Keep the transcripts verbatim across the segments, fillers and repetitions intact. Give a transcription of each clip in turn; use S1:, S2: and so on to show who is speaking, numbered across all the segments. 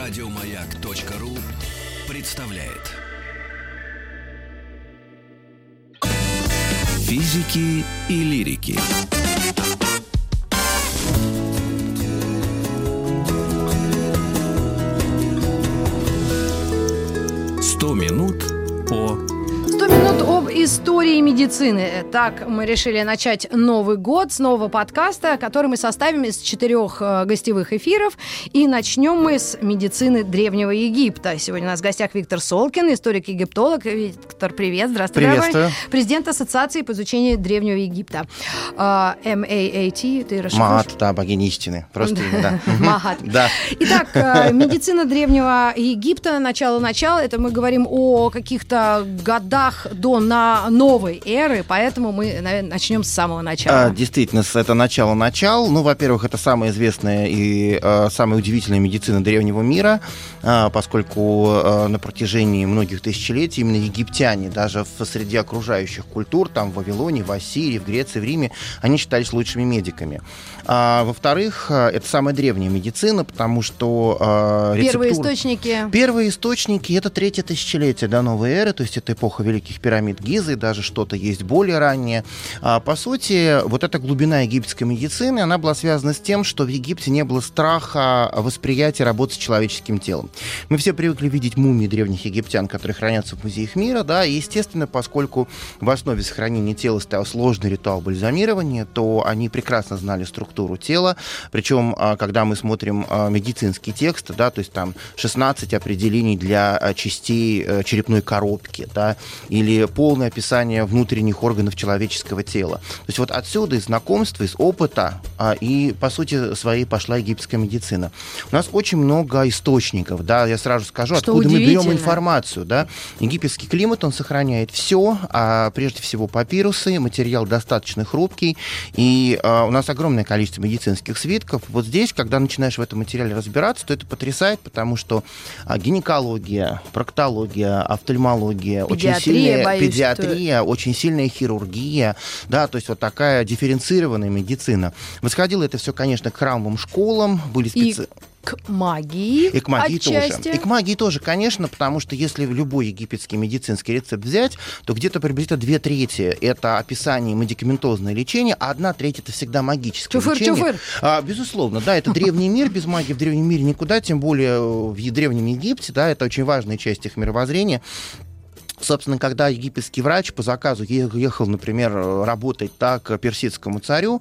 S1: Радиомаяк.ру представляет Физики и лирики. Сто минут о...
S2: Сто минут об истории медицины. Так мы решили начать Новый год с нового подкаста, который мы составим из четырех э, гостевых эфиров. И начнем мы с медицины Древнего Египта. Сегодня у нас в гостях Виктор Солкин, историк-египтолог. Виктор, привет, здравствуй.
S3: Приветствую.
S2: Дорогой. Президент Ассоциации по изучению Древнего Египта. Э, эм эй эй ти, ты расшифруешь?
S3: Маат, да, богиня истины. Просто имя, да.
S2: Маат.
S3: Да.
S2: Итак, э, медицина Древнего Египта, начало-начало, это мы говорим о каких-то годах до на новой эры, поэтому мы, наверное, начнем с самого начала.
S3: А, действительно, это начало-начал. Ну, во-первых, это самая известная и а, самая удивительная медицина древнего мира, а, поскольку а, на протяжении многих тысячелетий именно египтяне, даже в, среди окружающих культур, там в Вавилоне, в Ассирии, в Греции, в Риме, они считались лучшими медиками. А, во-вторых, это самая древняя медицина, потому что а, рецептура...
S2: Первые источники...
S3: Первые источники — это третье тысячелетие до новой эры, то есть это эпоха Великих пирамид Гизы, даже что-то есть более раннее. А, по сути, вот эта глубина египетской медицины, она была связана с тем, что в Египте не было страха восприятия работы с человеческим телом. Мы все привыкли видеть мумии древних египтян, которые хранятся в музеях мира, да, и, естественно, поскольку в основе сохранения тела стоял сложный ритуал бальзамирования, то они прекрасно знали структуру тела, причем, когда мы смотрим медицинский текст, да, то есть там шестнадцать определений для частей черепной коробки, да, или полное описание внутренних органов человеческого тела. То есть вот отсюда из знакомства, из опыта а, и, по сути, своей пошла египетская медицина. У нас очень много источников, да, я сразу скажу,
S2: что
S3: откуда мы берем информацию, да. Египетский климат, он сохраняет все, а прежде всего папирусы, материал достаточно хрупкий, и а, у нас огромное количество медицинских свитков. Вот здесь, когда начинаешь в этом материале разбираться, то это потрясает, потому что а, гинекология, проктология, офтальмология, очень сильная
S2: боюсь,
S3: педиатрия,
S2: что...
S3: очень сильная хирургия, да, то есть вот такая дифференцированная медицина. Восходило это все, конечно, к храмовым школам, были специ...
S2: К магии.
S3: И к магии
S2: отчасти.
S3: тоже. И к магии тоже, конечно, потому что если любой египетский медицинский рецепт взять, то где-то приблизительно две трети это описание медикаментозное лечение, а одна треть это всегда магическое
S2: чуфыр,
S3: лечение.
S2: Чуфыр.
S3: А, безусловно, да, это древний мир, без магии в древнем мире никуда, тем более в древнем Египте, да, это очень важная часть их мировоззрения. Собственно, когда египетский врач по заказу ехал, например, работать так к персидскому царю,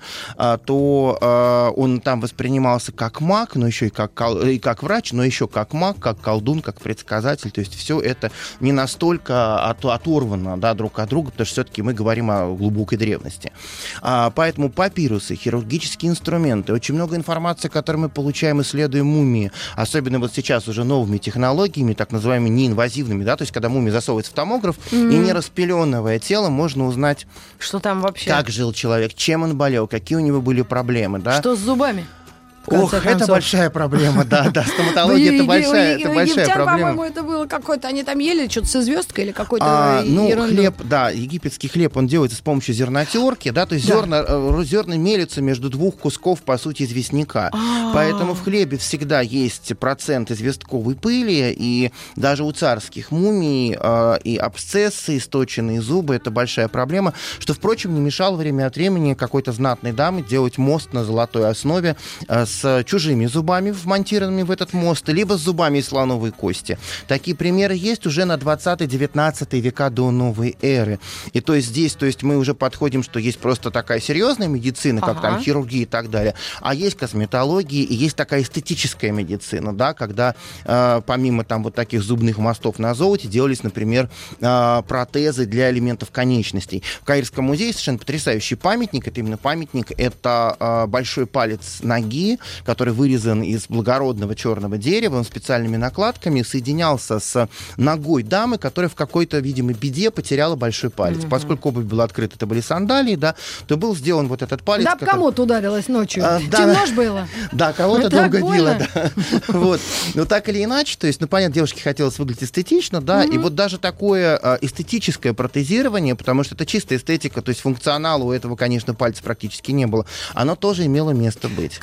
S3: то он там воспринимался как маг, но еще и как, и как врач, но еще как маг, как колдун, как предсказатель. То есть все это не настолько от, оторвано, да, друг от друга, потому что все-таки мы говорим о глубокой древности. Поэтому папирусы, хирургические инструменты, очень много информации, которую мы получаем, исследуя мумии, особенно вот сейчас уже новыми технологиями, так называемыми неинвазивными, да, то есть когда мумия засовывается в томограф, Mm-hmm. и не распеленывая тело, можно узнать,
S2: что там вообще,
S3: как жил человек, чем он болел, какие у него были проблемы. Да?
S2: Что с зубами?
S3: Ох, это большая проблема, да, да, стоматология это большая, это большая проблема.
S2: По-моему, это было какое-то, они там ели что-то со звездкой или какой-то
S3: а, ну,
S2: ерунду.
S3: Хлеб, да, египетский хлеб, он делается с помощью зернотерки, да, то есть да. зерна, зерна мелятся между двух кусков, по сути, известняка. А-а-а. Поэтому в хлебе всегда есть процент известковой пыли, и даже у царских мумий э, и абсцессы, источенные зубы, это большая проблема, что, впрочем, не мешало время от времени какой-то знатной даме делать мост на золотой основе э, с чужими зубами, вмонтированными в этот мост, либо с зубами из слоновой кости. Такие примеры есть уже на двадцатый-девятнадцатый века до новой эры. И то есть здесь, то есть мы уже подходим, что есть просто такая серьезная медицина, как ага. там хирургия и так далее, а есть косметология и есть такая эстетическая медицина, да, когда э, помимо там вот таких зубных мостов на золоте делались, например, э, протезы для элементов конечностей. В Каирском музее совершенно потрясающий памятник, это именно памятник, это э, большой палец ноги, который вырезан из благородного черного дерева, он специальными накладками соединялся с ногой дамы, которая в какой-то, видимо, беде потеряла большой палец. Mm-hmm. Поскольку обувь была открыта, это были сандалии, да, то был сделан вот этот палец.
S2: Да,
S3: который...
S2: кому-то ударилась ночью.
S3: А, да,
S2: темно ж было.
S3: Да, кого-то долго била, да. Вот. Но так или иначе, то есть, ну, понятно, девушке хотелось выглядеть эстетично, да, mm-hmm. и вот даже такое а, эстетическое протезирование, потому что это чистая эстетика, то есть функционала у этого, конечно, пальца практически не было, оно тоже имело место быть.
S2: Скажи, пожалуйста,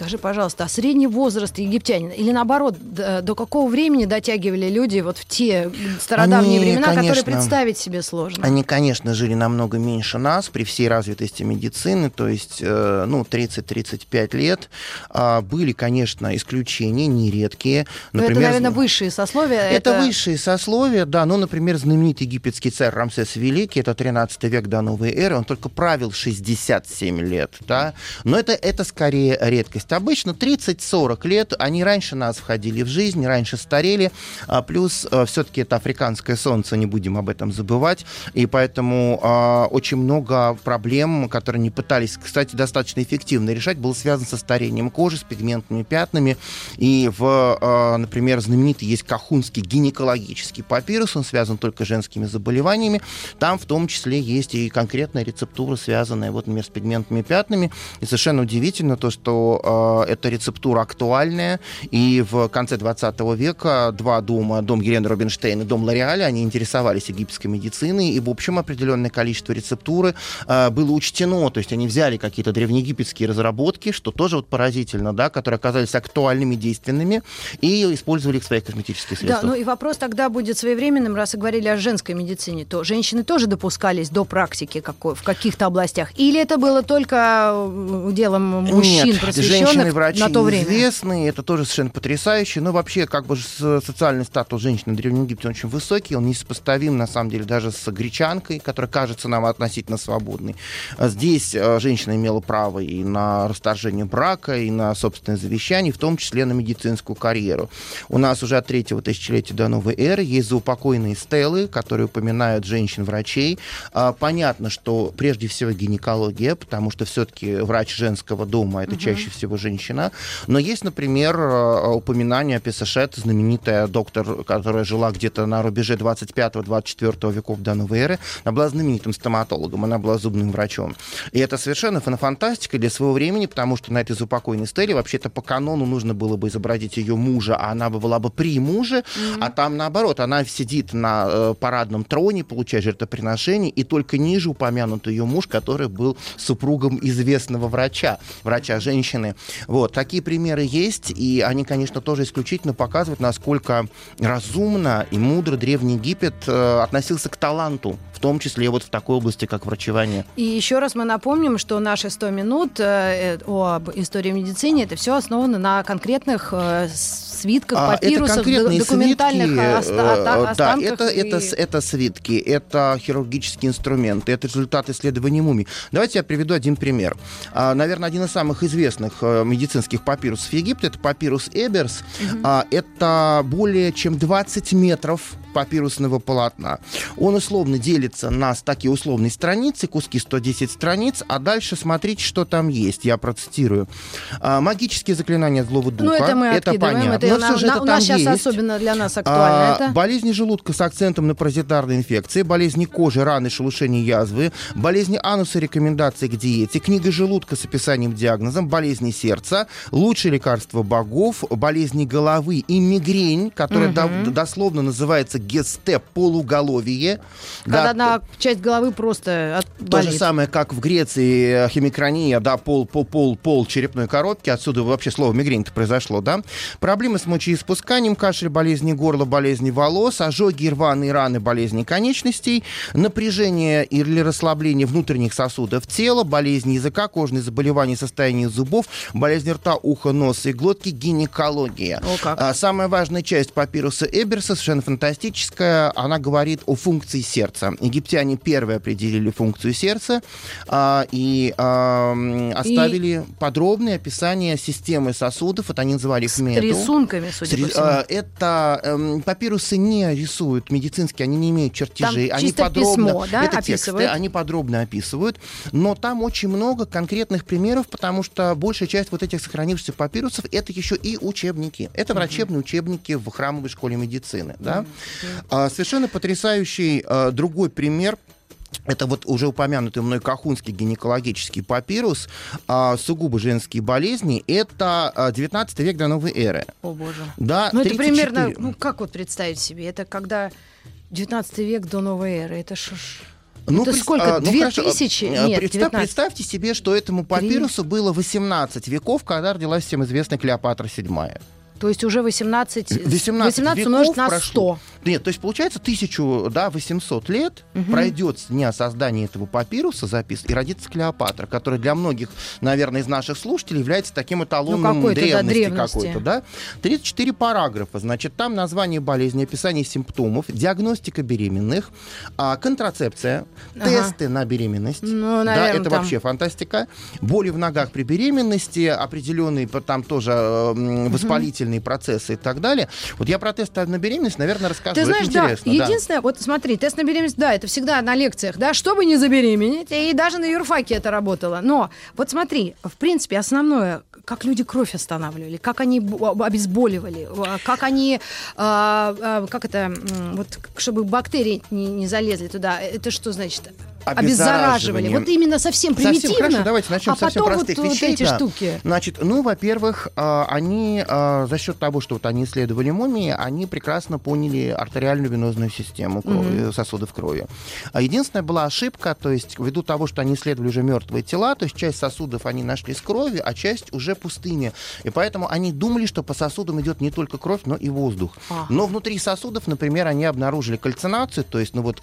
S2: пожалуйста, а средний возраст египтянина или наоборот, до, до какого времени дотягивали люди вот в те стародавние
S3: Они,
S2: времена,
S3: конечно,
S2: которые представить себе сложно?
S3: Они, конечно, жили намного меньше нас при всей развитости медицины, то есть, э, ну, тридцать-тридцать пять лет. А, были, конечно, исключения, нередкие. Например,
S2: это, наверное, высшие сословия.
S3: Это,
S2: это
S3: высшие сословия, да. Ну, например, знаменитый египетский царь Рамсес Великий, это тринадцатый век до новой эры, он только правил шестьдесят семь лет, да. Но это, это скорее редкость. Обычно тридцать-сорок лет, они раньше нас входили в жизнь, раньше старели, а плюс а, все-таки это африканское солнце, не будем об этом забывать, и поэтому а, очень много проблем, которые они пытались, кстати, достаточно эффективно решать, было связано со старением кожи, с пигментными пятнами, и в, а, например, знаменитый есть кахунский гинекологический папирус, он связан только с женскими заболеваниями, там в том числе есть и конкретная рецептура, связанная, вот, например, с пигментными пятнами, и совершенно удивительно то, что э, эта рецептура актуальная, и в конце двадцатого века два дома, дом Елены Рубинштейн и дом Лореаля, они интересовались египетской медициной, и, в общем, определенное количество рецептуры э, было учтено, то есть они взяли какие-то древнеегипетские разработки, что тоже вот поразительно, да, которые оказались актуальными, действенными, и использовали их в своих косметических средствах.
S2: Да, ну и вопрос тогда будет своевременным, раз и говорили о женской медицине, то женщины тоже допускались до практики какой, в каких-то областях? Или это было только делом мужчин,
S3: Нет,
S2: просвещенных
S3: женщины-врачи
S2: на то время?
S3: известные, это тоже совершенно потрясающе, но вообще как бы социальный статус женщины в Древнем Египте очень высокий, он несопоставим на самом деле даже с гречанкой, которая кажется нам относительно свободной. Здесь женщина имела право и на расторжение брака, и на собственное завещание, в том числе на медицинскую карьеру. У нас уже от третьего тысячелетия до новой эры есть заупокойные стелы, которые упоминают женщин-врачей. Понятно, что прежде всего гинекология, потому что все-таки врач женского дома — это угу. чаще всего женщина. Но есть, например, упоминание Песашет, знаменитая доктор, которая жила где-то на рубеже двадцать пятого-двадцать четвёртого веков до новой эры. Она была знаменитым стоматологом, она была зубным врачом. И это совершенно фантастика для своего времени, потому что на этой заупокойной стеле вообще-то по канону нужно было бы изобразить ее мужа, а она бы была бы при муже, mm-hmm. а там наоборот, она сидит на э, парадном троне, получает жертвоприношение, и только ниже упомянут ее муж, который был супругом известного врача, врача-женщины. Вот, такие примеры есть, и они, конечно, тоже исключительно показывают, насколько разумно и мудро Древний Египет э, относился к таланту, в том числе вот в такой области, как врачевание.
S2: И еще раз мы напомним, что наши сто минут э, об истории медицины, это все основано на конкретных э, свитках, папирусах,
S3: а,
S2: документальных
S3: свитки,
S2: оста-
S3: да,
S2: останках.
S3: Это,
S2: и...
S3: это, это свитки, это хирургические инструменты, это результат исследований мумий. Давайте я приведу один пример. А, наверное, один из самых известных а, медицинских папирусов Египта — это папирус Эберс. Угу. А, это более чем двадцать метров папирусного полотна. Он условно делится на такие условные страницы, куски сто десять страниц, а дальше смотрите, что там есть. Я процитирую. А, магические заклинания злого духа.
S2: Ну, это мы
S3: это понятно.
S2: Это
S3: Но
S2: на,
S3: все же
S2: на,
S3: это
S2: у нас
S3: там
S2: сейчас
S3: есть.
S2: особенно для нас актуально.
S3: А,
S2: это...
S3: Болезни желудка с акцентом на паразитарные инфекции, болезни кожи, раны, шелушения, язвы, болезни ануса, рекомендации к диете, книга желудка с описанием диагнозом, болезни сердца, лучшие лекарства богов, болезни головы и мигрень, которая
S2: угу.
S3: до, дословно называется гестеп, полуголовие.
S2: Когда
S3: да,
S2: одна часть головы просто
S3: болит. То
S2: болит.
S3: же самое, как в Греции хемикрония, да, пол, пол, пол, пол черепной коробки, отсюда вообще слово мигрень-то произошло, да. Проблемы с мочеиспусканием, кашель, болезни горла, болезни волос, ожоги, рваные раны, болезни конечностей, напряжение или расслабление внутренних сосудов тела, болезни языка, кожные заболевания, состояние зубов, болезни рта, уха, носа и глотки, гинекология.
S2: О, как.
S3: А, самая важная часть папируса Эберса, совершенно фантастическая, она говорит о функции сердца. Египтяне первые определили функцию сердца а, и а, оставили и... подробное описание системы сосудов, это они называли их мету.
S2: С рисунками, судя
S3: С,
S2: по всему.
S3: А, это а, папирусы не рисуют медицинские, они не имеют чертежей.
S2: Там
S3: они
S2: чисто
S3: подробно,
S2: письмо, да,
S3: это
S2: описывают?
S3: тексты, они подробно описывают, но там очень много конкретных примеров, потому что большая часть вот этих сохранившихся папирусов — это еще и учебники. Это врачебные mm-hmm. учебники в храмовой школе медицины. Да? Mm-hmm. А, совершенно потрясающий а, другой пример. Это вот уже упомянутый мной кахунский гинекологический папирус, а, сугубо женские болезни. Это а, девятнадцатый век до новой эры.
S2: О, боже.
S3: Да,
S2: ну, это
S3: тридцать четыре.
S2: примерно, ну, как вот представить себе? Это когда девятнадцатый век до новой эры. Это ж...
S3: Ну,
S2: это
S3: пред-
S2: сколько?
S3: а, ну,
S2: Две
S3: хорошо,
S2: тысячи?
S3: а,
S2: Нет,
S3: представь-
S2: девятнадцать.
S3: Представьте себе, что этому папирусу было восемнадцать веков, когда родилась всем известная Клеопатра седьмая.
S2: То есть уже восемнадцать,
S3: восемнадцать,
S2: восемнадцать
S3: веков
S2: умножить на
S3: прошло.
S2: сто.
S3: Нет, то есть получается тысяча восемьсот лет
S2: Мгм.
S3: пройдет с дня создания этого папируса запис и родится Клеопатра, которая для многих, наверное, из наших слушателей является таким эталоном
S2: Ну, какой-то, да,
S3: древности,
S2: древности.
S3: какой-то, да? тридцать четыре параграфа, значит, там название болезни, описание симптомов, диагностика беременных, а, контрацепция,
S2: Ага.
S3: тесты на беременность.
S2: Ну,
S3: Да,
S2: наверное,
S3: это
S2: там-
S3: вообще фантастика. Боли в ногах при беременности, определенные по- там тоже э, м, воспалительные процессы и так далее. Вот я про тесты на беременность, наверное, расскажу.
S2: Ты
S3: Это
S2: знаешь, да,
S3: интересно, да.
S2: единственное, вот смотри, тест на беременность, да, это всегда на лекциях, да, чтобы не забеременеть, и даже на юрфаке это работало. Но вот смотри, в принципе, основное, как люди кровь останавливали, как они б- обезболивали, а, как они, а, а, как это, м, вот, чтобы бактерии не, не залезли туда, это что значит? Обеззараживали.
S3: Обеззараживание.
S2: Вот именно совсем
S3: Совсем
S2: примитивно.
S3: хорошо, давайте начнем
S2: а
S3: с совсем
S2: потом
S3: простых
S2: вот,
S3: вещей.
S2: вот эти
S3: да.
S2: штуки.
S3: Значит, ну, во-первых, а, они а, за счет того, что вот они исследовали мумии, они прекрасно поняли артериальную венозную систему крови, сосудов крови. А единственная была ошибка, то есть ввиду того, что они исследовали уже мертвые тела, то есть часть сосудов они нашли с крови, а часть уже пустыни. И поэтому они думали, что по сосудам идет не только кровь, но и воздух.
S2: Ага.
S3: Но внутри сосудов, например, они обнаружили кальцинацию, то есть, ну вот... э,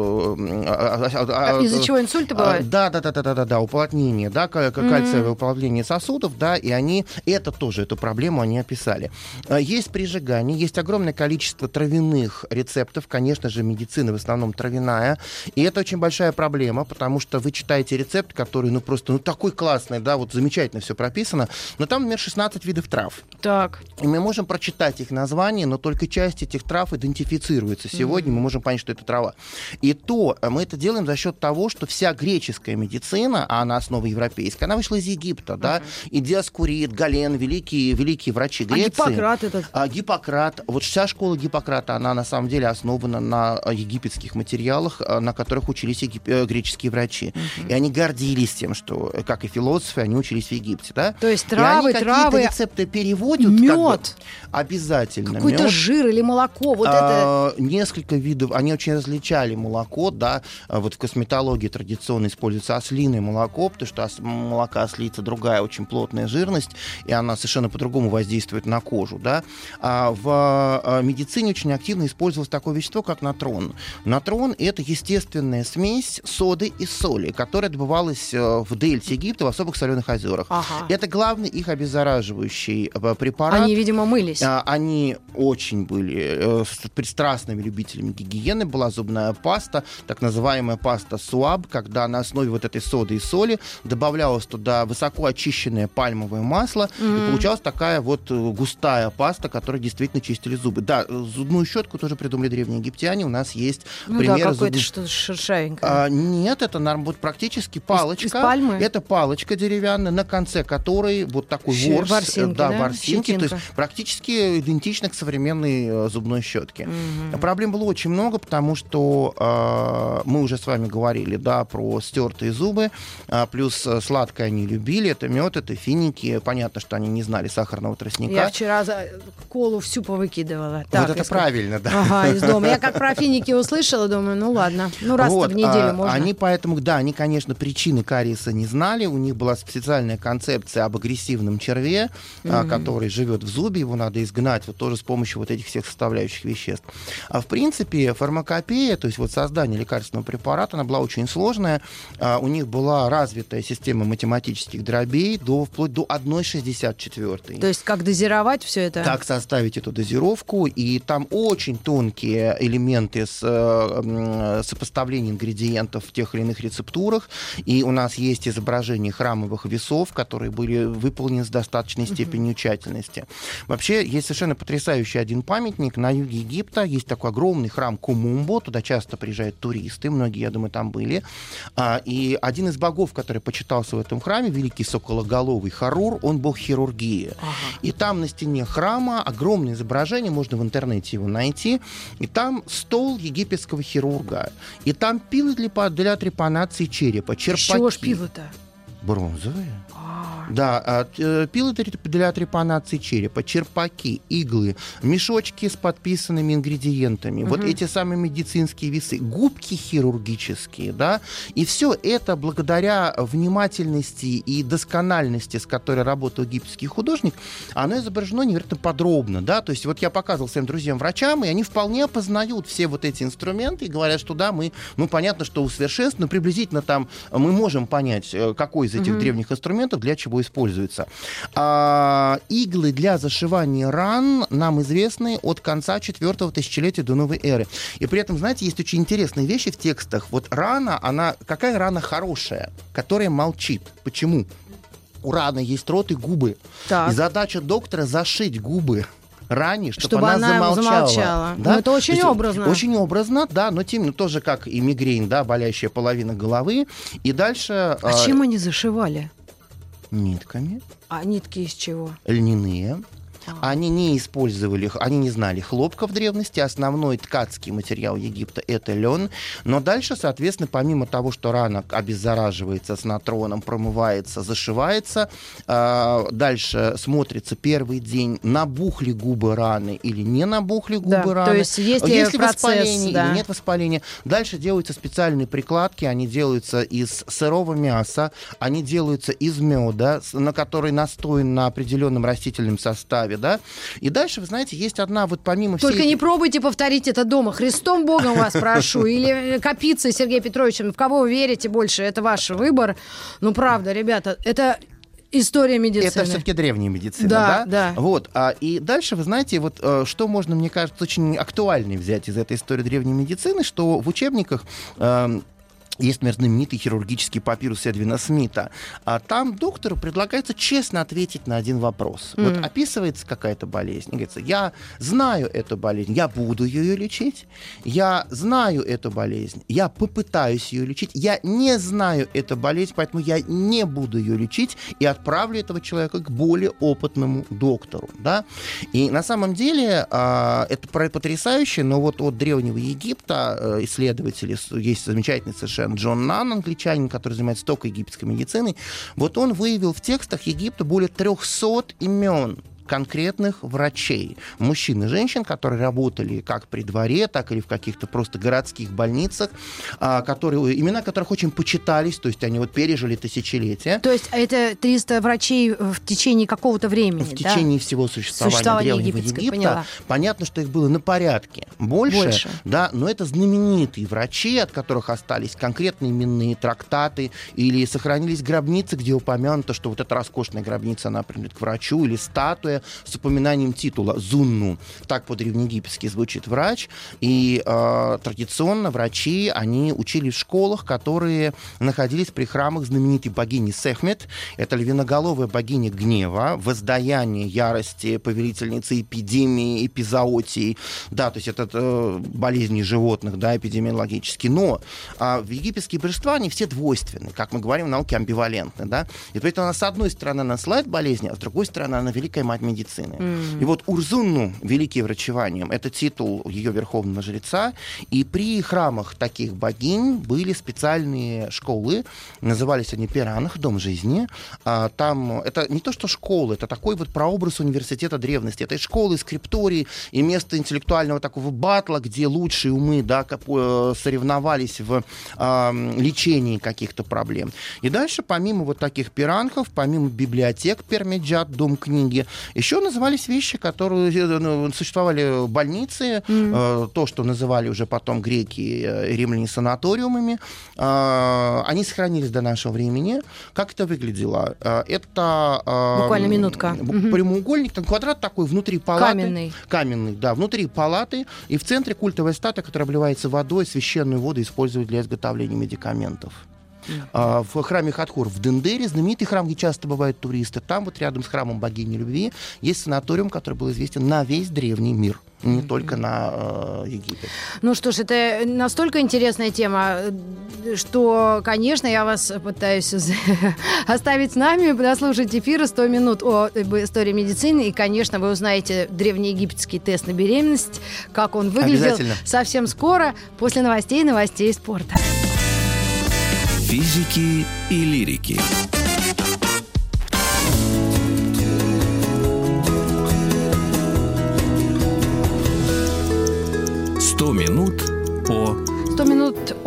S3: а, а, а,
S2: А из-за чего инсульты бывают?
S3: Да, да, да, да, да, да, да, уплотнение, да, ка- ка- кальциевое уплотнение сосудов, да, и они это тоже, эту проблему они описали. А, Есть прижигание, есть огромное количество травяных рецептов, конечно же, медицина в основном травяная, и это очень большая проблема, потому что вы читаете рецепт, который, ну, просто, ну, такой классный, да, вот замечательно все прописано, но там, например, шестнадцать видов трав.
S2: Так.
S3: И мы можем прочитать их названия, но только часть этих трав идентифицируется. Сегодня mm-hmm. мы можем понять, что это трава. И то мы это делаем за счет того, что вся греческая медицина, а она основа европейская, она вышла из Египта, mm-hmm. да, и Диоскурид, Гален, великие, великие врачи Греции.
S2: А Гиппократ этот?
S3: А, Гиппократ. Вот вся школа Гиппократа, она на самом деле основана на египетских материалах, на которых учились егип... греческие врачи. Mm-hmm. И они гордились тем, что, как и философы, они учились в Египте, да.
S2: То есть травы,
S3: и они
S2: травы,
S3: какие-то рецепты переводят.
S2: мед.
S3: Как бы, обязательно.
S2: Какой-то
S3: мед.
S2: жир или молоко. Вот это...
S3: А, Несколько видов, они очень различали молоко, да, А вот в косметологии традиционно используется ослиное молоко, потому что ос- молока ослица другая очень плотная жирность, и она совершенно по-другому воздействует на кожу, да. А в а, медицине очень активно использовалось такое вещество, как натрон. Натрон — это естественная смесь соды и соли, которая добывалась э, в дельте Египта в особых соленых озерах.
S2: Ага.
S3: Это главный их обеззараживающий э, препарат.
S2: Они, видимо, мылись.
S3: А, Они очень были э, с- пристрастными любителями гигиены. Была зубная паста, так называемая паста суаб, когда на основе вот этой соды и соли добавлялось туда высоко очищенное пальмовое масло,
S2: М.
S3: и получалась такая вот э, густая паста, которой действительно чистили зубы. Да, э, зубную щетку тоже придумали древние египтяне. У нас есть
S2: Ну да,
S3: примеры
S2: какое-то
S3: зубных-
S2: что-то шершавенькое.
S3: а, нет, это норм- вот практически палочка.
S2: из пальмы?
S3: Это палочка деревянная, на конце которой вот такой
S2: Щи-
S3: ворс,
S2: ворсинки,
S3: э, да,
S2: да?
S3: ворсинки, то есть
S2: Щетинка.
S3: практически идентично к современной э, зубной щетке.
S2: Мгм.
S3: Проблем было очень много, потому что э, мы уже с вами говорили, да, про стертые зубы, а, плюс э, сладкое они любили, это мед, это финики. Понятно, что они не знали сахарного тростника.
S2: Я вчера за колу всю повыкидывала.
S3: Вот
S2: Так,
S3: это
S2: из-
S3: правильно, да.
S2: Ага, из дома. Я как про финики услышала, думаю, ну ладно. Ну раз
S3: Вот,
S2: в неделю
S3: а,
S2: можно.
S3: Они поэтому, да, они, конечно, причины кариеса не знали. У них была специальная концепция об агрессивном черве, а,
S2: Мгм.
S3: который живет в зубе, его надо изгнать вот тоже с помощью вот этих всех составляющих веществ. А в принципе фармакопея, то есть вот создание лекарственного препарата, она была очень сложная. А, у них была развитая система математических дробей до, вплоть до одна шестьдесят четыре.
S2: То есть как дозировать все это?
S3: Как составить эту дозировку, и там очень тонкие элементы с э, м, сопоставления ингредиентов в тех или иных рецептурах, и у нас есть изображения храмовых весов, которые были выполнены с достаточной степенью тщательности. Вообще, есть совершенно потрясающий один памятник на юге Египта, есть такой огромный храм Кумумбо, туда часто приезжают туристы, многие, я думаю, там были, А, и один из богов, который почитался в этом храме, великий сокологоловый Харур, он бог хирургии.
S2: Ага.
S3: И там на стене храма огромное изображение, можно в интернете его найти, и там стол египетского хирурга, и там пилы для, по- для трепанации черепа,
S2: Из чего ж
S3: черпаки.
S2: пило-то?
S3: Бронзовые.
S2: А,
S3: Да, пилы для трепанации черепа, черпаки, иглы, мешочки с подписанными ингредиентами, угу. вот эти самые медицинские весы, губки хирургические, да, и все это благодаря внимательности и доскональности, с которой работал египетский художник, оно изображено невероятно подробно, да, то есть вот я показывал своим друзьям-врачам, и они вполне опознают все вот эти инструменты и говорят, что да, мы, ну, понятно, что усовершенствованы, приблизительно там мы можем понять, какой из этих угу. древних инструментов для чего используется. А, иглы для зашивания ран нам известны от конца четвертого тысячелетия до новой эры. И при этом, знаете, есть очень интересные вещи в текстах. Вот рана, она... Какая рана хорошая, которая молчит? Почему? У раны есть рот и губы. Так. И задача доктора зашить губы ране, чтобы, чтобы она, она замолчала. замолчала. Да?
S2: Ну, это очень есть, образно.
S3: Очень образно, да, но тем, ну, тоже как и мигрень, да, болящая половина головы. И дальше...
S2: А, а чем они зашивали?
S3: Нитками.
S2: А нитки из чего?
S3: Льняные. А. Они не использовали, они не знали хлопка в древности. Основной ткацкий материал Египта — это лен. Но дальше, соответственно, помимо того, что рана обеззараживается с натроном, промывается, зашивается, э, дальше смотрится первый день, набухли губы раны или не набухли губы да, раны.
S2: То есть есть, есть ли процесс,
S3: воспаление
S2: да.
S3: или нет воспаления. Дальше делаются специальные прикладки, они делаются из сырого мяса, они делаются из меда, на который настоен на определенном растительном составе. Да? И дальше, вы знаете, есть одна вот помимо всей...
S2: Только не пробуйте повторить это дома. Христом Богом вас прошу. Или Капицей Сергеем Петровичем. В кого вы верите больше, это ваш выбор. Ну, правда, ребята, это... История медицины.
S3: Это все-таки древняя медицина,
S2: да?
S3: Да,
S2: да.
S3: Вот. А, и дальше, вы знаете, вот что можно, мне кажется, очень актуальной взять из этой истории древней медицины, что в учебниках... Э, Есть, например, знаменитый хирургический папирус Эдвина Смита. А там доктору предлагается честно ответить на один вопрос. Mm. Вот описывается какая-то болезнь. И говорится, я знаю эту болезнь, я буду ее лечить. Я знаю эту болезнь, я попытаюсь ее лечить. Я не знаю эту болезнь, поэтому я не буду ее лечить и отправлю этого человека к более опытному доктору. Да? И на самом деле это потрясающе, но вот от Древнего Египта исследователи, есть замечательный совершенно Джон Нан, англичанин, который занимается только египетской медициной, вот он выявил в текстах Египта более трехсот имен конкретных врачей, мужчин и женщин, которые работали как при дворе, так и в каких-то просто городских больницах, которые, имена которых очень почитались, то есть они вот пережили тысячелетия.
S2: То есть это триста врачей в течение какого-то времени,
S3: В
S2: да?
S3: течение всего существования,
S2: существования
S3: Древнего Египта.
S2: Поняла.
S3: Понятно, что их было на порядке больше,
S2: больше,
S3: да, но это знаменитые врачи, от которых остались конкретные именные трактаты, или сохранились гробницы, где упомянуто, что вот эта роскошная гробница, она принадлежит к врачу, или статуя с упоминанием титула «Зунну». Так по-древнеегипетски звучит врач. И э, традиционно врачи, они учились в школах, которые находились при храмах знаменитой богини Сехмет. Это львиноголовая богиня гнева, воздаяния, ярости, повелительницы эпидемии, эпизоотии. Да, то есть это э, болезни животных, да, эпидемиологические. Но э, в египетские божества, они все двойственны. Как мы говорим в науке, амбивалентны. Да? И поэтому она, с одной стороны, она славит болезни, а с другой стороны, она великая мать медицины. Mm. И вот Урзунну, великий врачеванием, это титул ее верховного жреца. И при храмах таких богинь были специальные школы, назывались они Пиранах, дом жизни. А, там это не то что школы, это такой вот прообраз университета древности. Это и школы, и скриптории, и место интеллектуального такого батла, где лучшие умы, да, соревновались в а, лечении каких-то проблем. И дальше, помимо вот таких пиранхов, помимо библиотек Пермеджат, дом книги, еще назывались вещи, которые существовали больницы, mm. э, то, что называли уже потом греки и римляне санаториумами. Э, они сохранились до нашего времени. Как это выглядело? Э, это... Э,
S2: Буквально минутка.
S3: Прямоугольник, там квадрат такой, внутри палаты.
S2: Каменный.
S3: Каменный, да, внутри палаты. И в центре культовая статуя, которая обливается водой, священную воду используют для изготовления медикаментов. Mm-hmm. В храме Хатхор в Дендере, знаменитый храм, где часто бывают туристы, там вот рядом с храмом богини любви есть санаториум, который был известен на весь древний мир, не mm-hmm. только на э, Египет.
S2: Ну что ж, это настолько интересная тема, что, конечно, я вас пытаюсь оставить с нами, дослушать эфир сто минут о истории медицины, и, конечно, вы узнаете древнеегипетский тест на беременность, как он выглядел совсем скоро, после новостей и новостей спорта.
S1: Физики и лирики.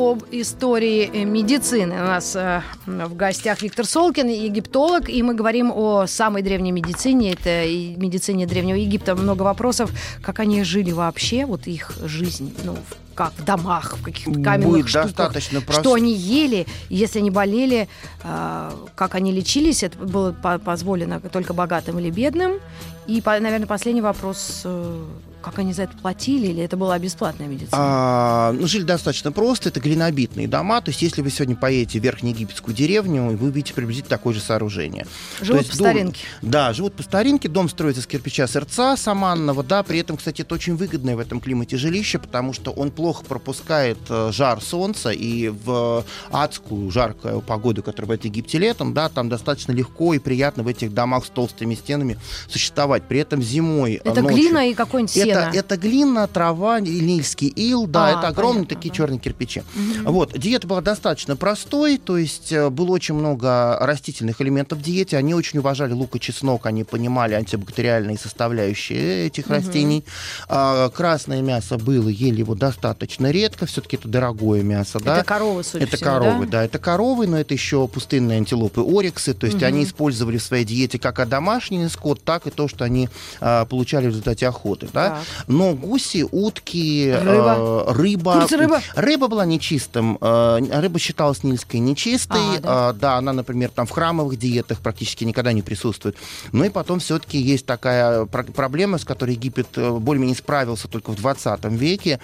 S2: об истории медицины. У нас э, в гостях Виктор Солкин, египтолог, и мы говорим о самой древней медицине. Это и медицине Древнего Египта. Много вопросов, как они жили вообще, вот их жизнь, ну, как в домах, в каких-то каменных
S3: Будет
S2: штуках,
S3: достаточно просто.
S2: Что они ели, если они болели, э, как они лечились, это было по- позволено только богатым или бедным. И, по, наверное, последний вопрос, э, как они за это платили, или это была бесплатная медицина?
S3: А, ну, жили достаточно просто, это глинобитные дома, то есть если вы сегодня поедете в верхнеегипетскую деревню, вы увидите приблизительно такое же сооружение.
S2: Живут
S3: есть
S2: по
S3: дом,
S2: старинке.
S3: Да, живут по старинке, дом строится из кирпича сырца саманного, да, при этом, кстати, это очень выгодное в этом климате жилище, потому что он плохо пропускает э, жар солнца, и в адскую жаркую погоду, которая в Египте летом, да, там достаточно легко и приятно в этих домах с толстыми стенами существовать. При этом зимой,
S2: Это
S3: ночью,
S2: глина и какое-нибудь сено?
S3: Это, это глина, трава, нильский ил, да,
S2: А,
S3: это огромные
S2: понятно,
S3: такие
S2: да.
S3: черные кирпичи.
S2: Мгм.
S3: Вот, диета была достаточно простой, то есть э, было очень много растительных элементов в диете, они очень уважали лук и чеснок, они понимали антибактериальные составляющие этих
S2: Мгм.
S3: растений. А, красное мясо было, ели его достаточно редко, все-таки это дорогое мясо, да.
S2: Это коровы, судя
S3: Это
S2: по всему,
S3: коровы,
S2: да?
S3: да, это коровы, но это еще пустынные антилопы ориксы, то есть
S2: Мгм.
S3: они использовали в своей диете как одомашненный скот, так и то, что они а, получали в результате охоты, да.
S2: Так.
S3: Но гуси, утки,
S2: Рыба.
S3: э, рыба.
S2: Курица, рыба?
S3: Рыба была нечистым. Э, рыба считалась нильской нечистой.
S2: А, да.
S3: Э, да, она, например, там в храмовых диетах практически никогда не присутствует. Ну и потом все-таки есть такая про- проблема, с которой Египет э, более-менее справился только в двадцатом веке.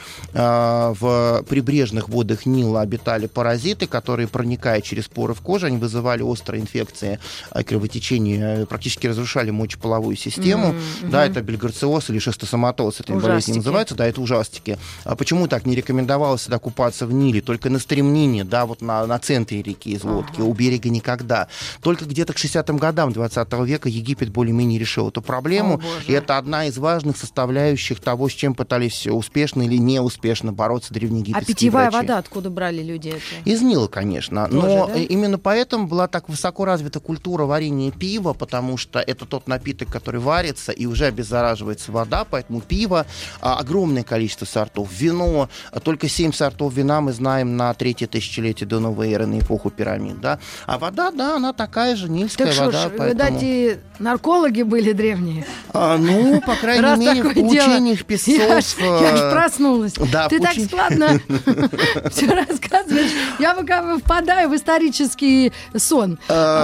S3: Э, в прибрежных водах Нила обитали паразиты, которые, проникая через поры в кожу, они вызывали острые инфекции, э, кровотечение, э, практически разрушали мочеполовую систему.
S2: М,
S3: Да,
S2: мгм.
S3: это бельгарциоз или шестосоматоз, эта
S2: Ужастики.
S3: болезнь называется, да, это ужастики. А почему так не рекомендовалось всегда купаться в Ниле? Только на стремнине, да, вот на, на центре реки из лодки,
S2: Ага.
S3: у берега никогда. Только где-то к шестидесятым годам двадцатого века Египет более-менее решил эту проблему,
S2: О, боже.
S3: и это одна из важных составляющих того, с чем пытались успешно или неуспешно бороться древнеегипетские
S2: А питьевая
S3: врачи.
S2: вода откуда брали люди это?
S3: Из Нила, конечно.
S2: Тоже,
S3: Но
S2: да?
S3: именно поэтому была так высоко развита культура варенья пива, потому что это тот напиток, который варится и уже обеззараживается вода, поэтому пиво, а, огромное количество сортов. Вино, а, только семь сортов вина мы знаем на третье тысячелетие до новой эры, на эпоху пирамид. Да? А вода, да, она такая же, нильская
S2: Так что
S3: вода.
S2: ж,
S3: поэтому...
S2: видать, и наркологи были древние.
S3: А, ну, по крайней
S2: Раз
S3: мере, в
S2: такое дело.
S3: поучениях
S2: Я
S3: песцов...
S2: ж, я ж
S3: э,
S2: проснулась.
S3: да,
S2: Ты так
S3: поучи-
S2: складно все рассказываешь. Я пока впадаю в исторический сон.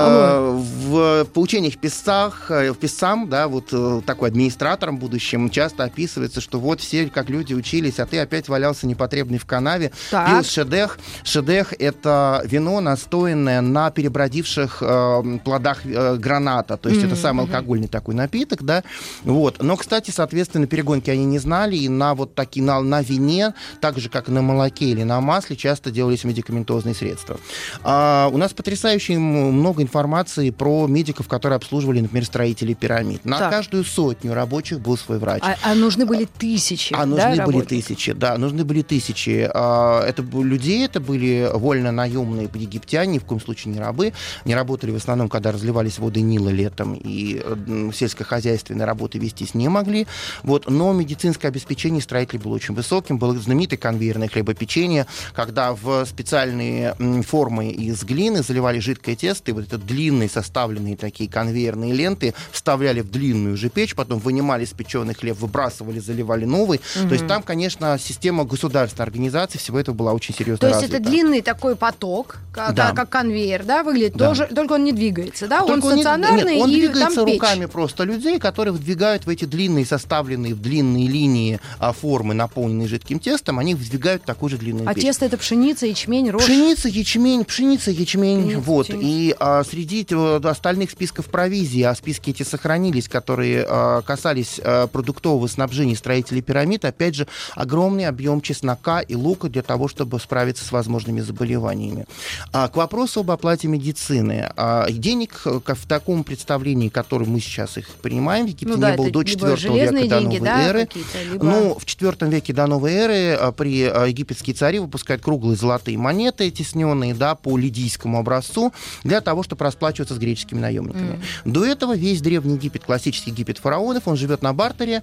S3: Э, В поучениях писцах, э, в писцам, да, вот э, такой администратором будущим часто описывается, что вот все как люди учились, а ты опять валялся непотребный в канаве,
S2: Так.
S3: пил шедех. Шедех — это вино, настоянное на перебродивших э, плодах э, граната, то есть
S2: Мгм,
S3: это самый
S2: мгм.
S3: алкогольный такой напиток, да, вот. Но, кстати, соответственно, перегонки они не знали, и на вот такие, на, на вине, так же, как и на молоке или на масле, часто делались медикаментозные средства. А, у нас потрясающе м- много информации про медиков, которые обслуживали, например, строителей пирамид. На
S2: Так.
S3: каждую сотню рабочих был свой врач.
S2: А, а нужны были тысячи,
S3: А
S2: да,
S3: нужны были
S2: работников?
S3: тысячи, да, нужны были тысячи. А, это бу- людей, это были вольно наемные египтяне, ни в коем случае не рабы. Они работали в основном, когда разливались воды Нила летом, и м, сельскохозяйственные работы вестись не могли. Вот. Но медицинское обеспечение строителей было очень высоким. Было знаменитое конвейерное хлебопечение, когда в специальные м, формы из глины заливали жидкое тесто, и вот это длинные составленные такие конвейерные ленты вставляли в длинную же печь, потом вынимали испеченный хлеб, выбрасывали, заливали новый. То есть там, конечно, система государственной организации всего этого была очень серьезно
S2: То есть
S3: развита.
S2: это длинный такой поток, как,
S3: Да.
S2: как конвейер, да, выглядит,
S3: Да.
S2: тоже, только он не двигается, да?
S3: Только
S2: он
S3: не-
S2: стационарный,
S3: нет, он
S2: и
S3: двигается
S2: там печь.
S3: руками просто людей, которые вдвигают в эти длинные, составленные в длинные линии а, формы, наполненные жидким тестом, они вдвигают такую же длинную
S2: А
S3: печь.
S2: тесто — это пшеница, ячмень, рожь.
S3: Пшеница, ячмень, пшеница, ячмень.
S2: Пшеница,
S3: Вот.
S2: пшеница.
S3: И а, среди э, остальных списков провизии, а списки эти сохранились, которые а, касались а, продуктового снабжения строителей пирамид, опять же, огромный объем чеснока и лука для того, чтобы справиться с возможными заболеваниями. А, к вопросу об оплате медицины. А, денег э, в таком представлении, которое мы сейчас их принимаем, в Египте
S2: Ну да,
S3: не было
S2: это
S3: до
S2: либо
S3: четвёртого
S2: железные
S3: века до
S2: деньги,
S3: новой
S2: да,
S3: эры.
S2: какие-то, либо-
S3: Ну, в четвёртом веке до новой эры а, при а, египетские цари выпускают круглые золотые монеты, тесненные, да, по лидийскому образцу, для того, чтобы расплачиваться с греческими наемниками.
S2: Mm.
S3: До этого весь древний Египет, классический Египет фараонов, он живет на бартере, а,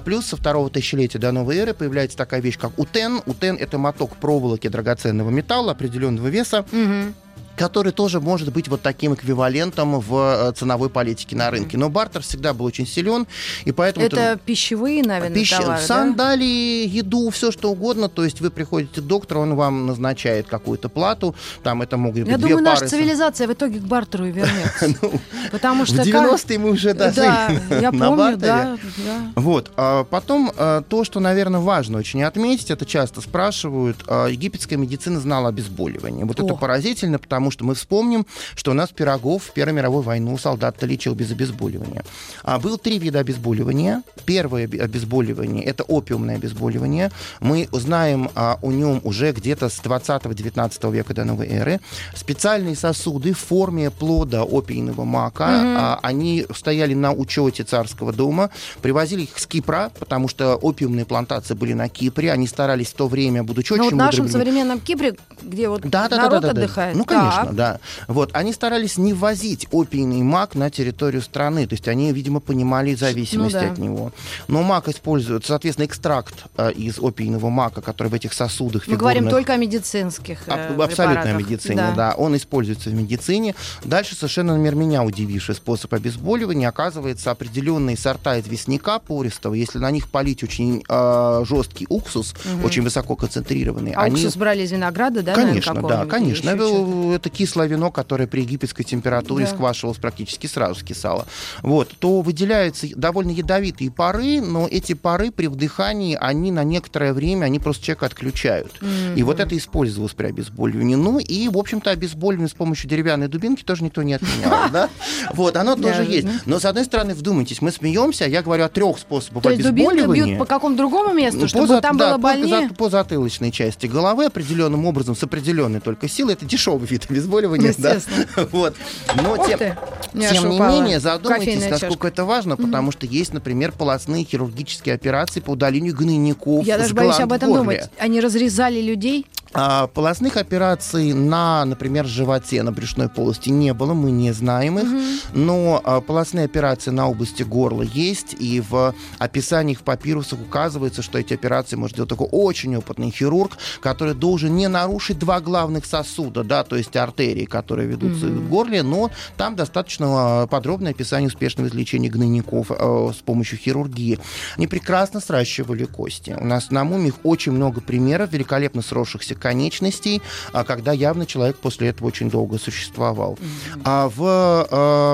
S3: Плюс со второго тысячелетия до новой эры появляется такая вещь, как утен. Утен — это моток проволоки драгоценного металла определенного веса,
S2: Угу.
S3: который тоже может быть вот таким эквивалентом в ценовой политике на рынке. Но бартер всегда был очень силен, и поэтому...
S2: Это
S3: ты...
S2: пищевые, наверное,
S3: Пища,
S2: товары,
S3: сандалии, да? Еду, все что угодно. То есть вы приходите к доктору, он вам назначает какую-то плату. Там это могут быть
S2: Я
S3: две
S2: думаю,
S3: пары.
S2: наша цивилизация в итоге к бартеру и вернется. Потому что...
S3: В девяностые мы уже дожили
S2: Да, я
S3: на
S2: помню,
S3: бартере.
S2: да, да.
S3: Вот. А потом а, то, что, наверное, важно очень отметить, это часто спрашивают, а, египетская медицина знала обезболивание. Вот
S2: О.
S3: это поразительно, потому что мы вспомним, что у нас Пирогов в Первую мировую войну солдат-то лечил без обезболивания. А, был три вида обезболивания. Первое обезболивание — это опиумное обезболивание. Мы знаем а, о нем уже где-то с двадцатого-девятнадцатого века до новой эры. Специальные сосуды в форме плода опийного мака, mm-hmm. а, они стояли на учете царского дома, привозили их с Кипра, потому что опиумные плантации были на Кипре. Они старались в то время, будучи
S2: Но
S3: очень
S2: вот в нашем
S3: мудрыми...
S2: современном Кипре, где вот
S3: да, да,
S2: народ
S3: да, да, да,
S2: отдыхает.
S3: Да. Ну, конечно,
S2: так.
S3: да. Вот, они старались не ввозить опийный мак на территорию страны, то есть они, видимо, понимали зависимость
S2: ну, да.
S3: от него. Но мак используют, соответственно, экстракт э, из опийного мака, который в этих сосудах
S2: Мы
S3: фигурных...
S2: говорим только о медицинских э,
S3: Абсолютно о
S2: препаратах.
S3: медицине,
S2: да.
S3: да. Он используется в медицине. Дальше совершенно, например, меня удививший способ обезболивания. Оказывается, определенные сорта известняка пористого, если на них полить очень э, жесткий уксус,
S2: угу.
S3: очень высоко концентрированный.
S2: А
S3: они...
S2: уксус брали из винограда, да?
S3: Конечно,
S2: наверное,
S3: да, конечно.
S2: Это,
S3: это, это кислое вино, которое при египетской температуре
S2: да.
S3: сквашивалось практически сразу, скисало. Вот, то выделяются довольно ядовитые пары, но эти пары при вдыхании, они на некоторое время, они просто человека отключают. Mm-hmm. И вот это использовалось при обезболивании. Ну и, в общем-то, обезболивание с помощью деревянной дубинки тоже никто не отменял, да? Вот, оно тоже есть. Но, с одной стороны, вдумайтесь, мы смеемся, я говорю о трех способах обезболивания. То есть дубинкой бьют
S2: по какому другому месту, чтобы там было больнее?
S3: По затылочной части головы определенным образом, с определенной только силой. Это дешевый вид обезболивания, да? Вот. Но тем, тем не менее, задумайтесь, насколько это важно, потому что есть, например, полостные хирургические операции по удалению гнойников.
S2: Я даже боюсь об этом думать. Они разрезали людей?
S3: А, полостных операций на, например, животе, на брюшной полости не было, мы не знаем их, mm-hmm. но а, полостные операции на области горла есть, и в описаниях в папирусах указывается, что эти операции может делать такой очень опытный хирург, который должен не нарушить два главных сосуда, да, то есть артерии, которые ведутся mm-hmm. в горле, но там достаточно подробное описание успешного излечения гнойников а, с помощью хирургии. Они прекрасно сращивали кости. У нас на мумиях очень много примеров великолепно сросшихся конечностей, когда явно человек после этого очень долго существовал. Mm-hmm. А в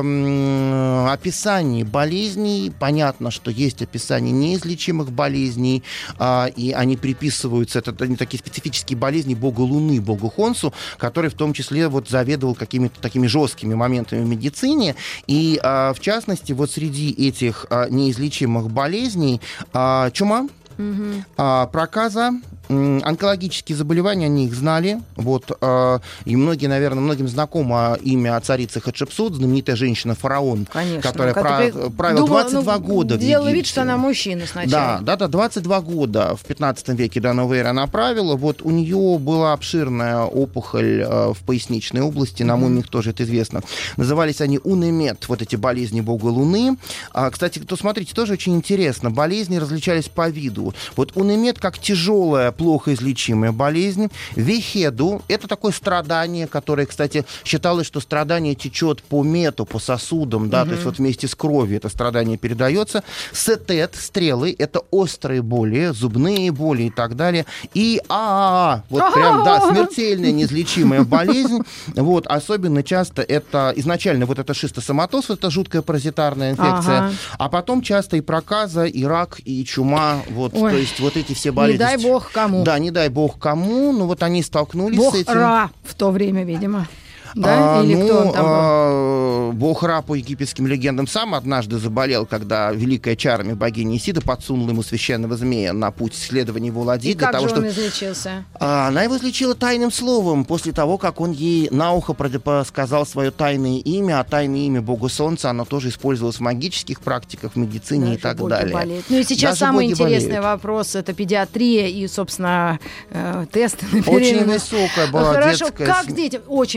S3: э, описании болезней понятно, что есть описание неизлечимых болезней, э, и они приписываются, это они такие специфические болезни богу Луны, богу Хонсу, который в том числе вот заведовал какими-то такими жесткими моментами в медицине, и э, в частности вот среди этих э, неизлечимых болезней э, чума, mm-hmm. э, проказа, онкологические заболевания, они их знали. Вот, э, и многие, наверное, многим знакомо имя царицы Хатшепсут, знаменитая женщина-фараон,
S2: конечно,
S3: которая
S2: при...
S3: прав... правила
S2: Думала,
S3: двадцать два
S2: ну,
S3: года в
S2: делала
S3: Египте.
S2: вид, что она мужчина сначала.
S3: Да, да, да, двадцать два года в пятнадцатом веке до новой эры она правила. Вот у нее была обширная опухоль э, в поясничной области, на мумиях mm-hmm. тоже это известно. Назывались они унемет, вот эти болезни бога Луны. А, кстати, то смотрите, тоже очень интересно. Болезни различались по виду. Вот унемет как тяжелая, плохо излечимая болезнь. Вехеду — это такое страдание, которое, кстати, считалось, что страдание течет по мету, по сосудам, да, mm-hmm. то есть вот вместе с кровью это страдание передается. Сетет, стрелы — это острые боли, зубные боли и так далее. И ААА, вот прям, да, смертельная неизлечимая болезнь. Вот, особенно часто это изначально вот это шистосоматоз, это жуткая паразитарная инфекция,
S2: ага.
S3: а потом часто и проказа, и рак, и чума, вот, Ой, то есть вот эти все болезни.
S2: Не дай бог кому.
S3: Да, не дай бог кому, но вот они столкнулись
S2: бог
S3: с этим.
S2: Ра в то время, видимо. Да?
S3: А,
S2: Или
S3: ну,
S2: кто он там был?
S3: А, бог Ра по египетским легендам сам однажды заболел, когда великая чарами богиня Исида подсунула ему священного змея на путь исследования его ладьи.
S2: И
S3: для
S2: как
S3: того,
S2: же он
S3: чтобы...
S2: излечился?
S3: А, она его излечила тайным словом, после того, как он ей на ухо сказал свое тайное имя, а тайное имя бога Солнца, оно тоже использовалось в магических практиках, в медицине
S2: Даже
S3: и так
S2: боги
S3: далее.
S2: Болеют. Ну и сейчас
S3: Даже
S2: самый интересный
S3: болеют.
S2: вопрос — это педиатрия и, собственно, э, тесты на
S3: Очень
S2: беременность.
S3: высокая была
S2: Хорошо,
S3: детская...
S2: как дети? Очень высокая. Это